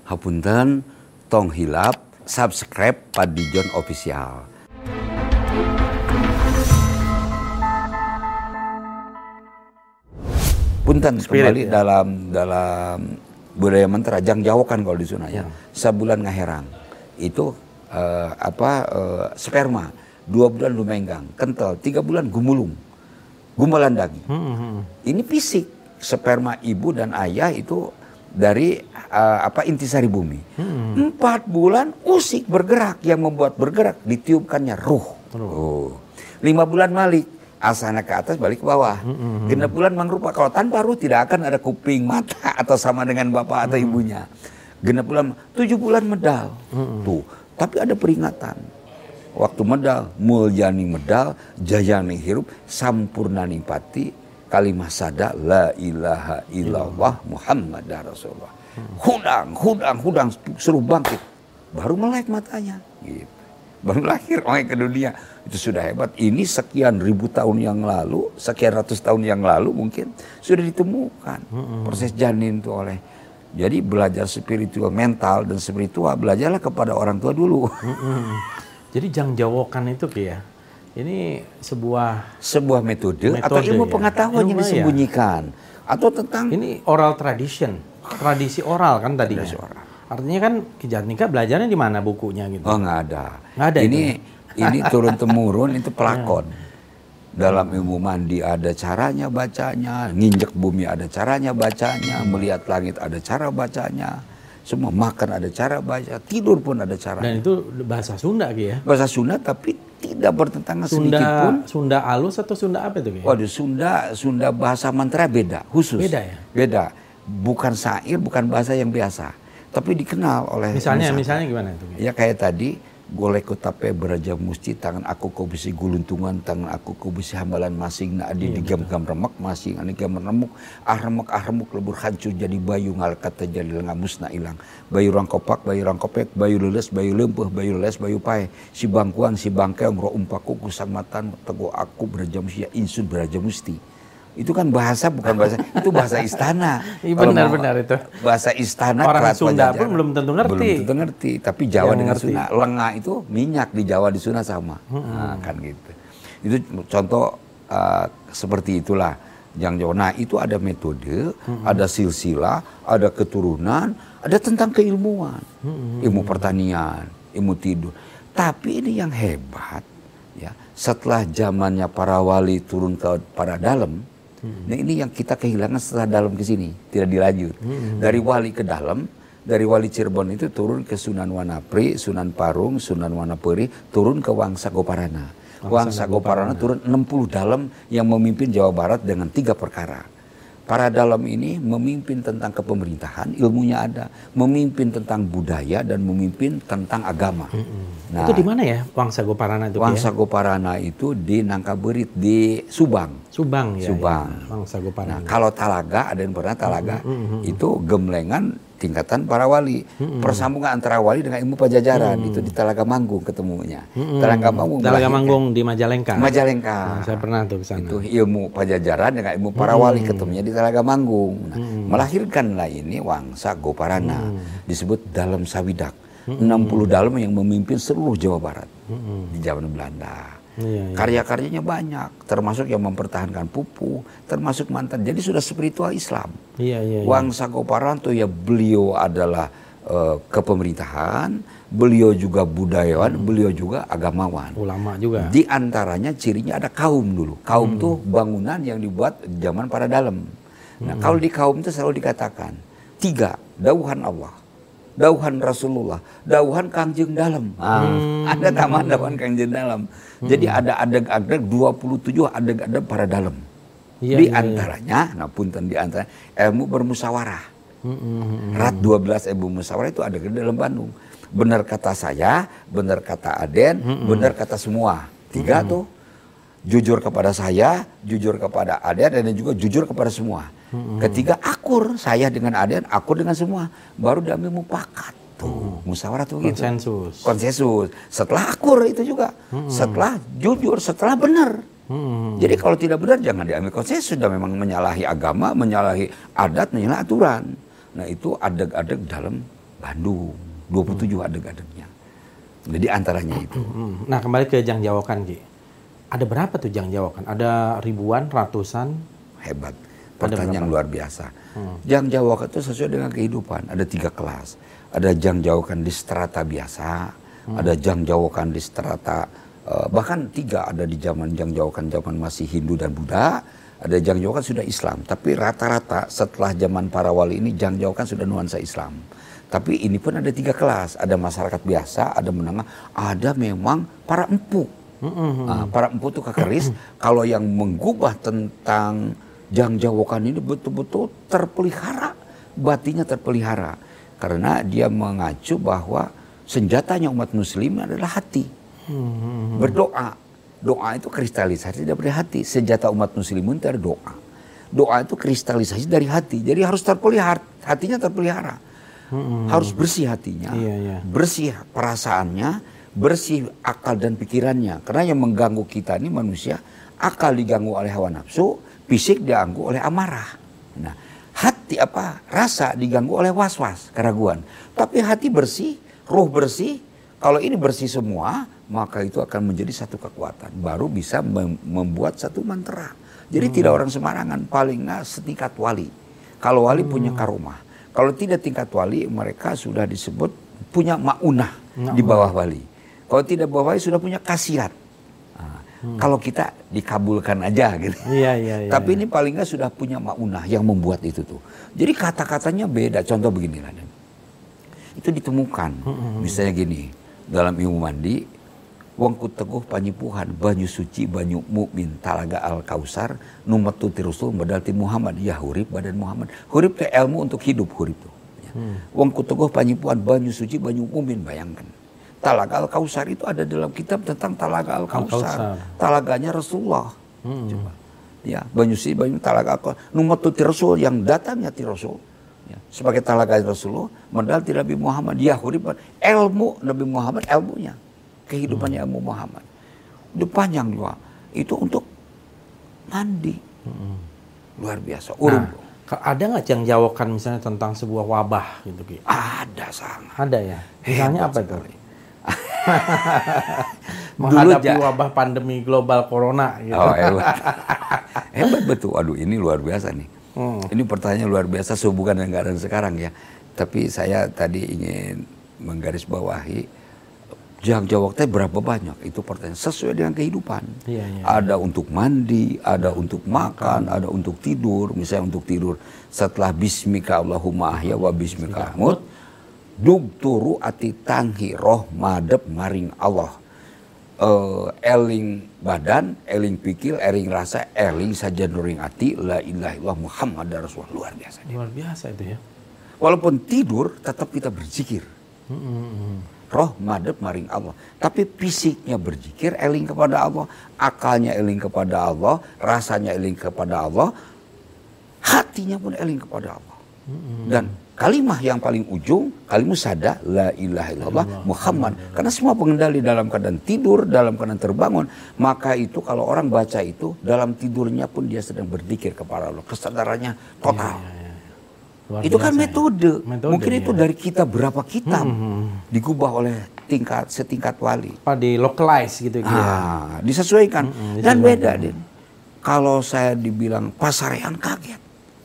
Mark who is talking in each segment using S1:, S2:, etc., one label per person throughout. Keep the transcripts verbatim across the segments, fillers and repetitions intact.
S1: Hapunten, tong hilap, subscribe Padijon Official. Punten kembali ya? dalam dalam budaya mentera jang jawokan kalau di Sunda ya. Sebulan ngaherang itu uh, apa uh, sperma, dua bulan lumenggang, kental, tiga bulan gumulung, gumpalan daging. Hmm, hmm. Ini fisik sperma ibu dan ayah itu dari uh, apa intisari bumi. Hmm. Empat bulan usik bergerak, yang membuat bergerak ditiupkannya ruh. Oh. Lima bulan malik. Asana ke atas balik ke bawah. Mm-hmm. Genap bulan mangrupa kalau tanpa ruh tidak akan ada kuping, mata atau sama dengan bapak atau ibunya. Genap bulan tujuh bulan medal. Mm-hmm. Tuh, tapi ada peringatan. Waktu medal, mulyani medal, jayani hirup, sampurnani pati, kalimah sada la ilaha illallah Muhammad Rasulullah. Mm-hmm. Hudang, hudang, hudang suruh bangkit. Baru melek matanya. Gitu. Baru lahir orang ke dunia. Itu sudah hebat. Ini sekian ribu tahun yang lalu, sekian ratus tahun yang lalu mungkin sudah ditemukan. Mm-hmm. Proses janin itu oleh. Jadi belajar spiritual, mental dan spiritual, belajarlah kepada orang tua dulu.
S2: Mm-hmm. Jadi jang jawokan itu ya, ini sebuah
S1: sebuah metode, metode atau ilmu ya? Pengetahuan ilmu yang disembunyikan ya? Atau tentang
S2: ini oral tradition, tradisi oral kan tadi. Tradisi oral. Artinya kan Kijat Nika belajarnya di mana bukunya gitu?
S1: Oh nggak ada.
S2: Nggak ada
S1: ini
S2: itu.
S1: Ini turun temurun itu pelakon. Dalam ilmu mandi ada caranya bacanya, nginjek bumi ada caranya bacanya, melihat langit ada cara bacanya, semua makan ada cara baca, tidur pun ada cara.
S2: Dan itu bahasa Sunda gitu ya?
S1: Bahasa Sunda tapi tidak bertentangan
S2: Sunda,
S1: sedikit pun.
S2: Sunda alus atau Sunda apa itu? Gitu?
S1: Waduh, Sunda Sunda bahasa mantra beda, khusus.
S2: Beda ya?
S1: Beda. Bukan syair, bukan bahasa yang biasa. Tapi dikenal oleh
S2: misalnya masyarakat. Misalnya gimana itu?
S1: Ya kayak tadi, golek tape beraja musti, tangan aku kau bisi guluntungan, tangan aku kau bisi hambalan masing, na adi iya, digam-gam remek masing, ani gam remuk, ah remek ah remuk lebur hancur jadi bayu ngalkat jadi lengah musna ilang. Bayu rangkopak, bayu rangkopek, bayu leles, bayu lempeh, bayu leles, bayu pae, si bangkuan, si bangkeong, ro umpaku kusang matan, teguh aku beraja musti, ya insun beraja musti. Itu kan bahasa bukan bahasa, itu bahasa istana.
S2: Benar-benar itu.
S1: Bahasa istana.
S2: Orang Sunda pun belum tentu ngerti.
S1: Belum tentu ngerti, tapi Jawa yang dengan ngerti. Sunda. Lengah itu minyak di Jawa di Sunda sama. Hmm. Nah, kan gitu. Itu contoh uh, seperti itulah yang Jawa. Nah itu ada metode, hmm. ada silsilah, ada keturunan, ada tentang keilmuan, hmm. ilmu pertanian, ilmu tidur. Tapi ini yang hebat, ya setelah zamannya para wali turun ke para dalam. Hmm. Nah ini yang kita kehilangan setelah dalam ke sini, tidak dilanjut. Hmm. Dari wali ke dalam, dari wali Cirebon itu turun ke Sunan Wanapri, Sunan Parung, Sunan Wanaperi, turun ke Wangsa Goparana. Wangsa Goparana turun enam puluh dalam yang memimpin Jawa Barat dengan tiga perkara. Para dalam ini memimpin tentang kepemerintahan, ilmunya ada, memimpin tentang budaya dan memimpin tentang agama.
S2: Hmm. Nah, itu di mana ya Wangsa Goparana itu?
S1: Wangsa
S2: ya?
S1: Goparana itu di Nangkaberit di Subang.
S2: Subang ya.
S1: Subang.
S2: Ya. Wangsa Goparana.
S1: Nah, kalau Talaga ada yang pernah Talaga
S2: hmm, hmm, hmm.
S1: itu gemlengan tingkatan para wali. Hmm, Persambungan antara wali dengan ilmu pajajaran hmm. itu di Talaga Manggung ketemunya. Hmm,
S2: Talaga Manggung. Talaga Manggung di Majalengka.
S1: Majalengka.
S2: Nah, saya pernah tuh ke sana.
S1: Itu ilmu pajajaran dengan ilmu para hmm. wali ketemunya di Talaga Manggung. Nah, hmm. melahirkanlah ini Wangsa Goparana. Hmm. Disebut dalam Sawidak. Hmm. enam puluh dalam yang memimpin seluruh Jawa Barat hmm. di zaman Belanda. Iya, iya. Karya-karyanya banyak, termasuk yang mempertahankan pupu, termasuk mantan. Jadi sudah spiritual Islam.
S2: Iya, iya, iya.
S1: Wangsa Goparana tuh ya beliau adalah uh, kepemerintahan, beliau juga budayawan, hmm. beliau juga agamawan.
S2: Ulama juga.
S1: Di antaranya cirinya ada kaum dulu. Kaum hmm. tuh bangunan yang dibuat zaman para dalam. Nah hmm. kalau di kaum itu selalu dikatakan tiga, dauhan Allah. Dauhan Rasulullah, dauhan Kangjeng Dalam. Ah, hmm. Ada taman dauhan Kangjeng Dalam. Hmm. Jadi ada adeg-adeg dua puluh tujuh adeg-adeg para dalam. Iya, di iya, antaranya, iya. nah punten di antara ilmu bermusyawarah. Hmm. Rat dua belas ilmu musyawarah itu ada di dalam Bandung. Benar kata saya, benar kata Aden, hmm. benar kata semua. Tiga hmm. tuh. Jujur kepada saya, jujur kepada Aden, dan juga jujur kepada semua. Hmm. Ketiga akur, saya dengan Aden, akur dengan semua. Baru kami mufakat tuh, hmm. musyawarah tuh gitu.
S2: Konsensus.
S1: Konsensus. Setelah akur itu juga, hmm. setelah jujur, setelah benar. Hmm. Jadi kalau tidak benar jangan diambil konsensus, sudah memang menyalahi agama, menyalahi adat, menyalahi aturan. Nah itu adeg-adeg dalam Bandung, dua puluh tujuh hmm. adegannya. Jadi antaranya itu.
S2: Hmm. Nah kembali ke Jang Jawokan Ki. Ada berapa tuh Jang Jawokan? Ada ribuan, ratusan?
S1: Hebat. Pertanyaan yang luar biasa. Hmm. Jang Jawokan itu sesuai dengan kehidupan. Ada tiga kelas. Ada Jang Jawokan di strata biasa. Hmm. Ada Jang Jawokan di strata, uh, bahkan tiga ada di zaman Jang Jawokan zaman masih Hindu dan Buddha. Ada Jang Jawokan sudah Islam. Tapi rata-rata setelah zaman para wali ini Jang Jawokan sudah nuansa Islam. Tapi ini pun ada tiga kelas, ada masyarakat biasa, ada menengah, ada memang para empu. Mm-hmm. Nah, para empu itu kekeris, kalau yang menggubah tentang Jang Jawokan ini betul-betul terpelihara, batinya terpelihara. Karena dia mengacu bahwa senjatanya umat muslim adalah hati. Mm-hmm. Berdoa, doa itu kristalisasi dari hati, senjata umat muslimin itu adalah doa. Doa itu kristalisasi dari hati, jadi harus terpelihara, hatinya terpelihara. Hmm. Harus bersih hatinya, iya, iya. bersih perasaannya, bersih akal dan pikirannya. Karena yang mengganggu kita ini manusia, akal diganggu oleh hawa nafsu, fisik diganggu oleh amarah. Nah, hati apa? Rasa diganggu oleh was-was, keraguan. Tapi hati bersih, ruh bersih. Kalau ini bersih semua, maka itu akan menjadi satu kekuatan. Baru bisa mem- membuat satu mantra. Jadi hmm. tidak orang sembarangan, paling nggak setingkat wali. Kalau wali hmm. punya karomah. Kalau tidak tingkat wali, mereka sudah disebut punya ma'unah di bawah wali. Kalau tidak bawah wali, sudah punya khasiat. Nah, hmm. Kalau kita dikabulkan aja gitu.
S2: Iya, iya, iya,
S1: Tapi
S2: iya.
S1: ini paling nggak sudah punya ma'unah yang membuat itu tuh. Jadi kata-katanya beda. Contoh beginilah. Itu ditemukan. Hmm. Misalnya gini, dalam ilmu mandi, Wangku teguh panyipuhan, banyu suci, banyu mukmin, talaga al-kausar, numetu tirusul, badalti Muhammad, ya hurib badan Muhammad. Hurib itu ilmu untuk hidup, hurib itu. Ya. Hmm. Wangku teguh panyipuhan, banyu suci, banyu mukmin, bayangkan. Talaga al-kausar itu ada dalam kitab tentang talaga al-kausar. Talaganya Rasulullah. Hmm. Coba. Ya, banyu suci, banyu talaga al-kausar. Numetu tirusul, yang datangnya tirusul. Ya. Sebagai talaga Rasulullah, badalti Nabi Muhammad, ya hurib, ilmu Nabi Muhammad, ilmunya. Kehidupannya hmm. ilmu Muhammad. Itu panjang juga. Itu untuk mandi. Hmm. Luar biasa. Urung.
S2: Nah, ada nggak Jang Jawokan misalnya tentang sebuah wabah gitu Ki?
S1: Ada sangat.
S2: Ada ya. Misalnya hebat apa sekali. Itu? Menghadapi ja- wabah pandemi global corona gitu.
S1: Oh, hebat. Hebat betul. Aduh, ini luar biasa nih. Hmm. Ini pertanyaan luar biasa sehubungan dengan keadaan sekarang ya. Tapi saya tadi ingin menggarisbawahi Jang Jawokan berapa banyak? Itu pertanyaan sesuai dengan kehidupan. Ya, ya, ada ya. Untuk mandi, ada untuk makan, ada untuk tidur. Misalnya untuk tidur setelah Bismika Allahumma ahya wa Bismika amut, dug turu ati tanghi roh madep maring Allah. Uh, eling badan, eling pikir, eling rasa, eling saja nuring ati, la ilaha illallah Muhammad Rasulullah. Luar biasa.
S2: Luar biasa itu ya.
S1: Walaupun tidur, tetap kita berzikir. Hmm, hmm, hmm. Roh madep maring Allah. Tapi fisiknya berzikir, eling kepada Allah. Akalnya eling kepada Allah. Rasanya eling kepada Allah. Hatinya pun eling kepada Allah. Mm-hmm. Dan kalimah yang paling ujung, kalimah sada, la ilaha illallah Muhammad. Karena semua pengendali dalam keadaan tidur, dalam keadaan terbangun. Maka itu kalau orang baca itu, dalam tidurnya pun dia sedang berzikir kepada Allah. Kesadarannya total. Yeah, yeah, yeah. Luar itu kan metode. Ya. metode mungkin ya. Itu dari kita berapa kitab hmm. digubah oleh tingkat setingkat wali.
S2: Apa di localize gitu gitu.
S1: Ah, disesuaikan. Hmm, dan beda Din. Kalau saya dibilang pasarean kaget.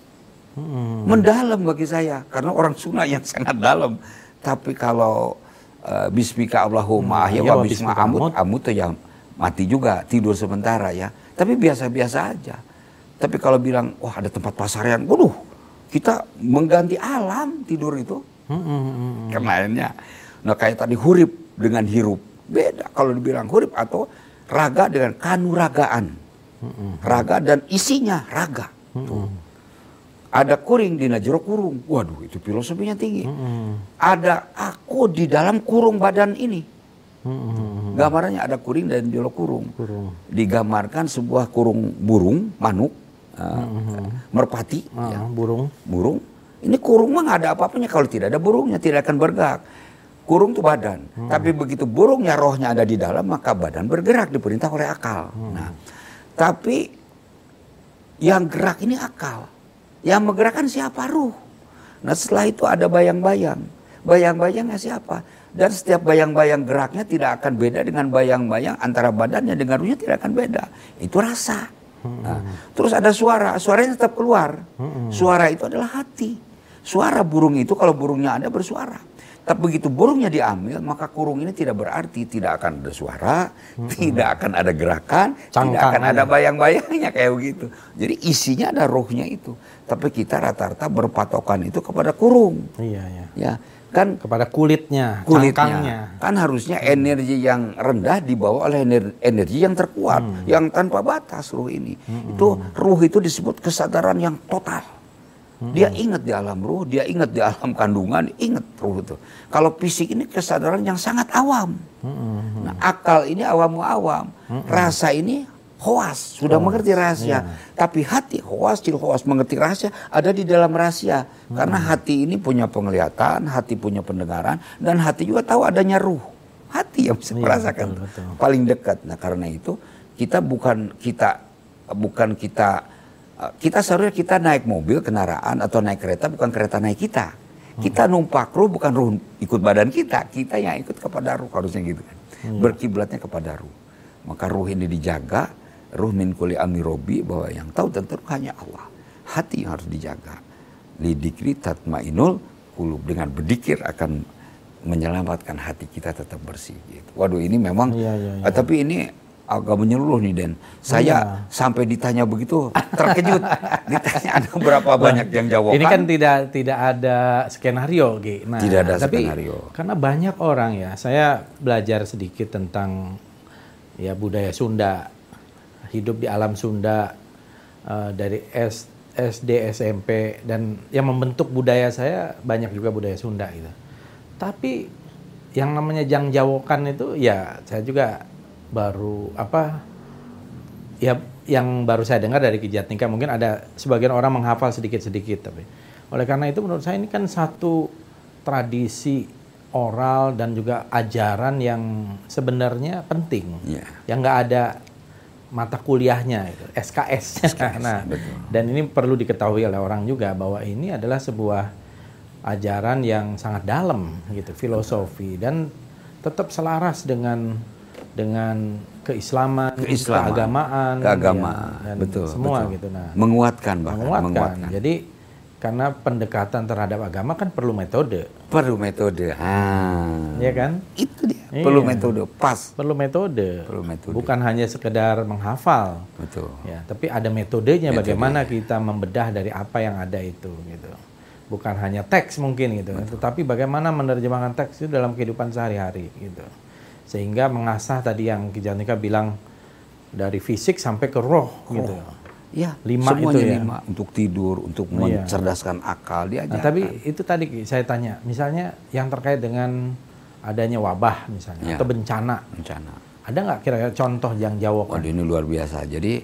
S1: Hmm. Mendalam bagi saya karena orang Sunda yang sangat dalam. Tapi kalau uh, Bismika Allahumma ahya wa bismika amut, amut tuh ya mati juga, tidur sementara ya. Tapi biasa-biasa aja. Tapi kalau bilang wah ada tempat pasarean, waduh. Kita mengganti alam tidur itu. Hmm, hmm, hmm. Kemarinnya. Nah kayak tadi hurip dengan hirup. Beda kalau dibilang hurip atau raga dengan kanuragaan. Hmm. Raga dan isinya raga. Hmm. Ada kuring di najero kurung. Waduh itu filosofinya tinggi. Hmm. Ada aku di dalam kurung badan ini. Hmm. Gambarannya ada kuring dan jolo kurung. kurung. Digambarkan sebuah kurung burung, manuk. Uh, mm-hmm. merpati uh, ya. burung burung ini kurung mah nggak ada apa-apanya kalau tidak ada burungnya tidak akan bergerak. Kurung itu badan hmm. tapi begitu burungnya rohnya ada di dalam maka badan bergerak diperintah oleh akal. hmm. Nah tapi yang gerak ini akal, yang menggerakkan siapa? Ruh. Nah setelah itu ada bayang-bayang. bayang-bayangnya siapa. Dan setiap bayang-bayang geraknya tidak akan beda dengan bayang-bayang antara badannya dengan ruhnya, tidak akan beda. Itu rasa. Nah, terus ada suara, suaranya tetap keluar. Suara itu adalah hati. Suara burung itu kalau burungnya ada bersuara. Tapi begitu burungnya diambil, maka kurung ini tidak berarti, tidak akan ada suara, tidak akan ada gerakan,
S2: Cangkang
S1: tidak akan
S2: aja.
S1: ada bayang-bayangnya kayak begitu. Jadi isinya ada rohnya itu. Tapi kita rata-rata berpatokan itu kepada kurung.
S2: Iya, iya.
S1: Ya. Kan
S2: Kepada kulitnya,
S1: kulitnya
S2: cangkangnya.
S1: kan harusnya energi yang rendah dibawa oleh ener- energi yang terkuat, hmm. yang tanpa batas ruh ini. Hmm. Itu ruh itu disebut kesadaran yang total. Hmm. Dia ingat di alam ruh, dia ingat di alam kandungan, ingat ruh itu. Kalau fisik ini kesadaran yang sangat awam. Hmm. Nah, akal ini awam-awam, hmm. rasa ini hoas, sudah hoas. Mengerti rahasia. Iya. Tapi hati hoas, cil hoas mengerti rahasia ada di dalam rahasia. Hmm. Karena hati ini punya penglihatan, hati punya pendengaran, dan hati juga tahu adanya ruh. Hati yang bisa
S2: iya,
S1: merasakan
S2: betul, betul.
S1: paling dekat. Nah, karena itu kita bukan kita bukan kita kita seharusnya kita naik mobil, kendaraan atau naik kereta, bukan kereta naik kita. Kita numpak ruh, bukan ruh ikut badan kita. Kita yang ikut kepada ruh, harusnya gitu kan. Hmm. Berkiblatnya kepada ruh. Maka ruh ini dijaga. Ruh min kulli amri robbi, bahwa yang tahu tentu hanya Allah. Hati yang harus dijaga. Lidikri tatmainul qulub, dengan berzikir akan menyelamatkan hati kita tetap bersih. Gitu. Waduh, ini memang. Ya, ya, ya. Eh, tapi ini agak menyeluruh nih, Den. Saya ya. sampai ditanya begitu terkejut. Ditanya ada berapa banyak yang jawab.
S2: Ini kan tidak tidak ada skenario, Gi. Nah,
S1: tidak ada
S2: tapi
S1: skenario.
S2: Karena banyak orang ya. Saya belajar sedikit tentang ya budaya Sunda. Hidup di alam Sunda uh, dari S, SD, S M P, dan yang membentuk budaya saya banyak juga budaya Sunda gitu. Tapi yang namanya Jang Jawokan itu ya saya juga baru apa ya yang baru saya dengar dari Ki Jatnika. Mungkin ada sebagian orang menghafal sedikit-sedikit, tapi oleh karena itu menurut saya ini kan satu tradisi oral dan juga ajaran yang sebenarnya penting, yeah. yang nggak ada mata kuliahnya, itu, S K S. S K S nah, betul. Dan ini perlu diketahui oleh orang juga bahwa ini adalah sebuah ajaran yang sangat dalam, gitu, filosofi, dan tetap selaras dengan dengan keislaman,
S1: keislaman
S2: keagamaan,
S1: keagamaan,
S2: ya, dan
S1: betul,
S2: semua
S1: betul.
S2: gitu. Nah,
S1: menguatkan bahkan,
S2: menguatkan.
S1: menguatkan.
S2: Jadi karena pendekatan terhadap agama kan perlu metode.
S1: Perlu metode. Ah.
S2: Iya kan?
S1: Itu dia.
S2: Iya.
S1: Perlu metode. Pas.
S2: Perlu metode.
S1: Perlu metode.
S2: Bukan hanya sekedar menghafal.
S1: Betul.
S2: Ya, tapi ada metodenya, metode. Bagaimana kita membedah dari apa yang ada itu gitu. Bukan hanya teks mungkin gitu. Betul. Tetapi bagaimana menerjemahkan teks itu dalam kehidupan sehari-hari gitu. Sehingga mengasah tadi yang Ki Jatnika bilang dari fisik sampai ke roh, roh. gitu.
S1: Ya,
S2: lima
S1: semuanya
S2: itu ya.
S1: lima untuk tidur, untuk
S2: iya.
S1: mencerdaskan akal diajarkan.
S2: Nah, tapi itu tadi saya tanya, misalnya yang terkait dengan adanya wabah misalnya ya. atau bencana,
S1: bencana.
S2: Ada nggak kira-kira contoh yang Jawokan?
S1: Waduh, ini luar biasa. Jadi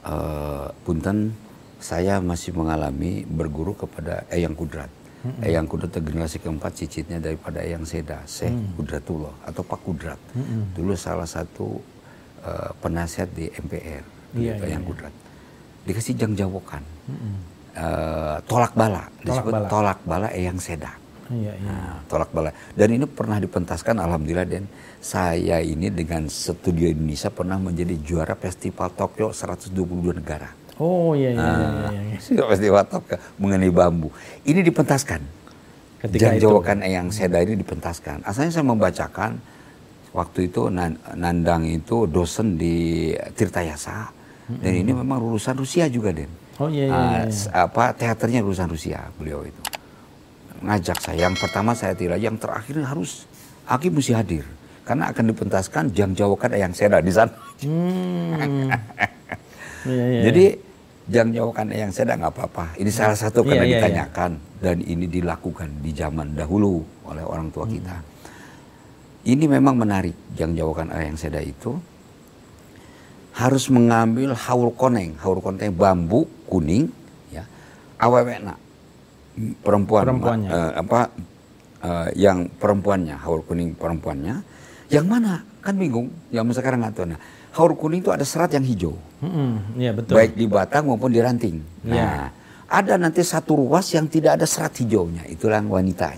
S1: uh, punten saya masih mengalami berguru kepada Eyang Kudrat. Mm-hmm. Eyang Kudrat generasi keempat, cicitnya daripada Eyang Seda, Syekh mm. Kudratullah atau Pak Kudrat. Mm-hmm. Dulu salah satu uh, penasihat di M P R,
S2: iya,
S1: Eyang
S2: iya.
S1: Kudrat. Dikasih Jang Jawokan, mm-hmm. uh, tolak bala,
S2: tolak
S1: disebut
S2: bala.
S1: tolak bala Eyang Seda.
S2: Iya, iya.
S1: Nah, tolak bala. Dan ini pernah dipentaskan, alhamdulillah, dan saya ini dengan Studio Indonesia pernah menjadi juara Festival Tokyo seratus dua puluh dua negara.
S2: Oh iya iya.
S1: Nah,
S2: iya, iya.
S1: Festival Tokyo mengenai bambu. Ini dipentaskan. Jang Jawokan Eyang Seda ini dipentaskan. Asalnya saya membacakan waktu itu Nandang itu dosen di Tirtayasa. Dan ini memang lulusan Rusia juga, Den.
S2: Oh iya, iya, iya.
S1: Uh, apa teaternya lulusan Rusia beliau itu. Ngajak saya, yang pertama saya tidak, yang terakhir harus Aki mesti hadir karena akan dipentaskan Jang Jawokan Eyang Seda di sana. Hmm. iya, iya. Jadi Jang Jawokan Eyang Seda nggak apa-apa. Ini salah satu karena iya, iya, ditanyakan iya. Dan ini dilakukan di zaman dahulu oleh orang tua hmm. kita. Ini memang menarik. Jang Jawokan Eyang Seda itu harus mengambil haur koneng, haur koneng bambu kuning, ya, awewena perempuan,
S2: perempuannya.
S1: Uh, apa uh, yang perempuannya, haur kuning perempuannya, yang mana kan bingung, yang sekarang nggak tahu. Nah, haur kuning itu ada serat yang hijau,
S2: mm-hmm. ya, betul.
S1: baik di batang maupun di ranting. Nah, ya. Ada nanti satu ruas yang tidak ada serat hijaunya, itulah wanitanya.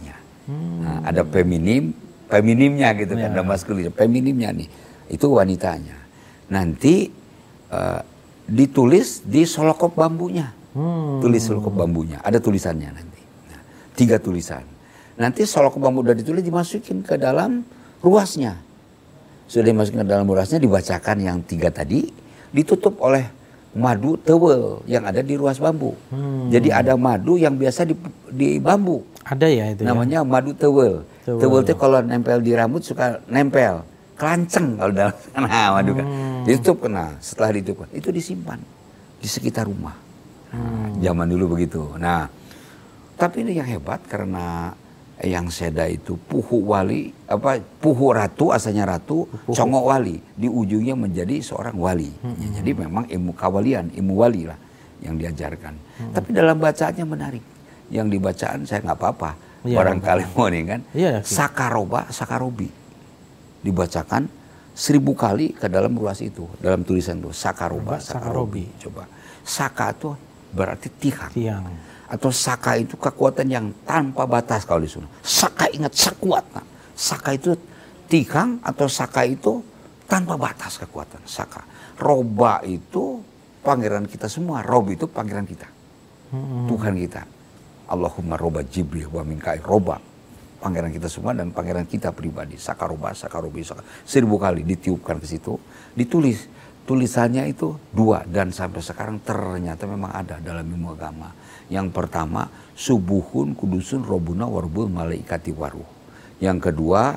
S1: Hmm. Nah, ada feminim, feminimnya gitu kan,
S2: ya.
S1: ada maskulin, feminimnya nih, itu wanitanya. Nanti uh, ditulis di solokop bambunya, hmm. tulis solokop bambunya, ada tulisannya nanti, nah, tiga tulisan. Nanti solokop bambu udah ditulis dimasukin ke dalam ruasnya, sudah dimasukin ke dalam ruasnya, dibacakan yang tiga tadi, ditutup oleh madu tewel yang ada di ruas bambu. Hmm. Jadi ada madu yang biasa di, di bambu.
S2: Ada ya itu.
S1: Namanya ya? Madu tewel. Tewel itu kalau nempel di rambut suka nempel, kelanceng kalau dalam sana madu kan. Hmm. Ditutup kena. Setelah ditutup itu disimpan di sekitar rumah. Nah, hmm. Zaman dulu begitu. Nah, tapi ini yang hebat karena yang Seda itu puhu wali, apa puhu ratu, asalnya ratu, puhu. Congok wali, di ujungnya menjadi seorang wali. Hmm. Ya, jadi memang ilmu kawalian, ilmu wali lah yang diajarkan. Hmm. Tapi dalam bacaannya menarik. Yang dibacaan saya nggak apa-apa, ya, barangkali mau nih kan. Ya, Sakaroba, Sakarobi dibacakan seribu kali ke dalam ruas itu, dalam tulisan itu Sakaroba, Sakarobi. Coba Saka itu berarti tiang. tiang. Atau Saka itu kekuatan yang tanpa batas kalau disuruh. Saka ingat sekuat. Nah. Saka itu tikang atau Saka itu tanpa batas kekuatan. Saka. Roba itu pangeran kita semua. Rob itu pangeran kita. Hmm. Tuhan kita. Allahumma roba Jibril wa minkai roba. Pangeran kita semua dan pangeran kita pribadi. Saka roba, Saka robi, Saka. Seribu kali ditiupkan ke situ. Ditulis. Tulisannya itu dua. Dan sampai sekarang ternyata memang ada dalam ilmu agama. Yang pertama, subuhun kudusun robuna warbul malaikati waruh. Yang kedua,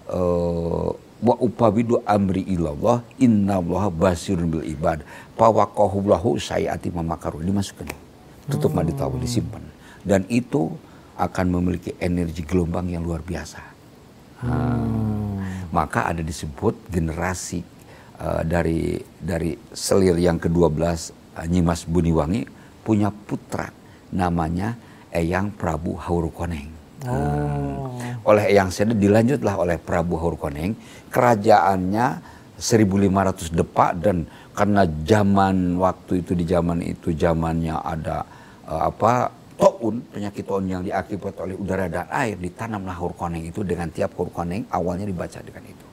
S1: uh, wa upawidu amri ilallah innallaha basirun bil ibad. Pawaqahullahu sayati mamakaru. Dimasukkan. Tutup hmm. maditawu, disimpan. Dan itu akan memiliki energi gelombang yang luar biasa. Hmm. Hmm. Maka ada disebut generasi uh, dari dari selir yang kedua belas uh, Nyimas Buniwangi punya putra. Namanya Eyang Prabu Haurukoneng. Oh. Hmm. Oleh Eyang Seda dilanjutlah oleh Prabu Haurukoneng. Kerajaannya seribu lima ratus Depak dan karena zaman waktu itu di zaman itu zamannya ada uh, apa toun, penyakit toun yang diakibatkan oleh udara dan air, ditanamlah Haurukoneng itu dengan tiap Haurukoneng awalnya dibaca dengan itu.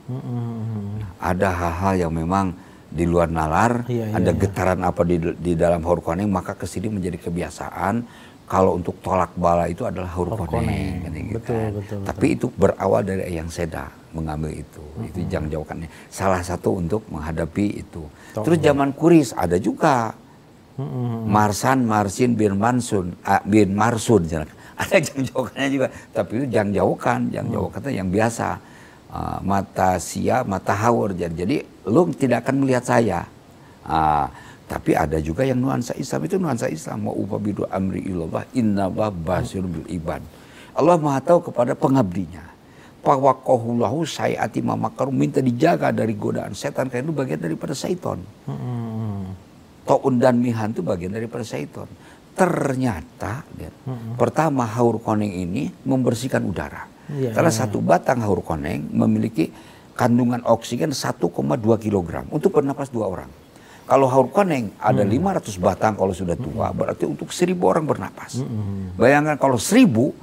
S1: Hmm. Ada hal-hal yang memang di luar nalar, iya, ada iya, getaran iya. apa di, di dalam Haurukoneng, maka kesini menjadi kebiasaan. Kalau untuk tolak bala itu adalah Haurukoneng. Gitu, betul, kan. betul, Tapi betul. Itu berawal dari Eyang Seda mengambil itu. Mm-hmm. Itu jang jauhkannya. Salah satu untuk menghadapi itu. Tok, Terus zaman Kuris ada juga. Mm-hmm. Marsan, Marsin, bin Mansun, uh, bin Marsun. Ada jang jauhkannya juga. Tapi itu jang jauhkan, jang mm. jauhkan yang biasa. Uh, mata sia, mata haur. Jadi lu tidak akan melihat saya. Uh, tapi ada juga yang nuansa Islam, itu nuansa Islam. Wa upabidu amri ilallah innallaha basirun bil ibad. Allah Maha tahu kepada pengabdinya. Pawaqahullahu sayati mamakaru, minta dijaga dari godaan setan karena itu bagian daripada syaitan. Hmm. Taun dan mihan itu bagian daripada syaitan. Ternyata hmm. pertama Haurukoneng ini membersihkan udara. Ya, Karena ya, satu batang Haurukoneng memiliki kandungan oksigen satu koma dua kilogram untuk bernapas dua orang. Kalau Haurukoneng ada hmm. lima ratus batang kalau sudah tua, hmm. berarti untuk seribu orang bernapas. Hmm. Bayangkan kalau seribu,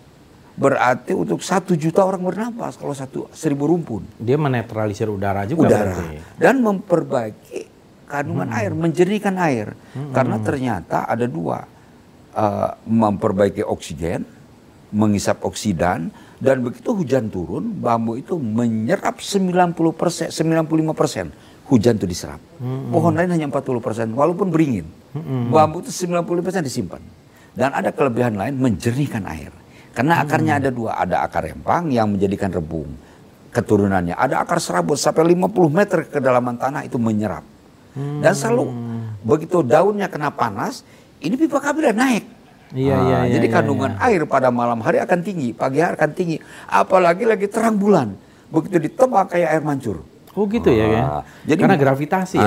S1: berarti untuk satu juta orang bernapas kalau satu seribu rumpun.
S2: Dia menetralisir udara juga. Udara. Berarti.
S1: Dan memperbaiki kandungan hmm. air, menjernihkan air. Hmm. Karena ternyata ada dua, uh, memperbaiki oksigen, mengisap oksidan. Dan begitu hujan turun, bambu itu menyerap sembilan puluh persen, sembilan puluh lima persen hujan itu diserap. Mm-hmm. Pohon lain hanya empat puluh persen, walaupun beringin. Mm-hmm. Bambu itu sembilan puluh persen disimpan. Dan ada kelebihan lain, menjernihkan air. Karena mm-hmm. akarnya ada dua, ada akar rempang yang menjadikan rebung. Keturunannya, ada akar serabut sampai lima puluh meter ke kedalaman tanah itu menyerap. Mm-hmm. Dan selalu begitu daunnya kena panas, ini pipa kabel naik.
S2: Iya,
S1: nah,
S2: iya, iya,
S1: jadi
S2: iya,
S1: kandungan iya. air pada malam hari akan tinggi, pagi hari akan tinggi. Apalagi lagi terang bulan, begitu ditebak kayak air mancur.
S2: Oh gitu nah, ya, ya. Jadi karena gravitasi. Ya?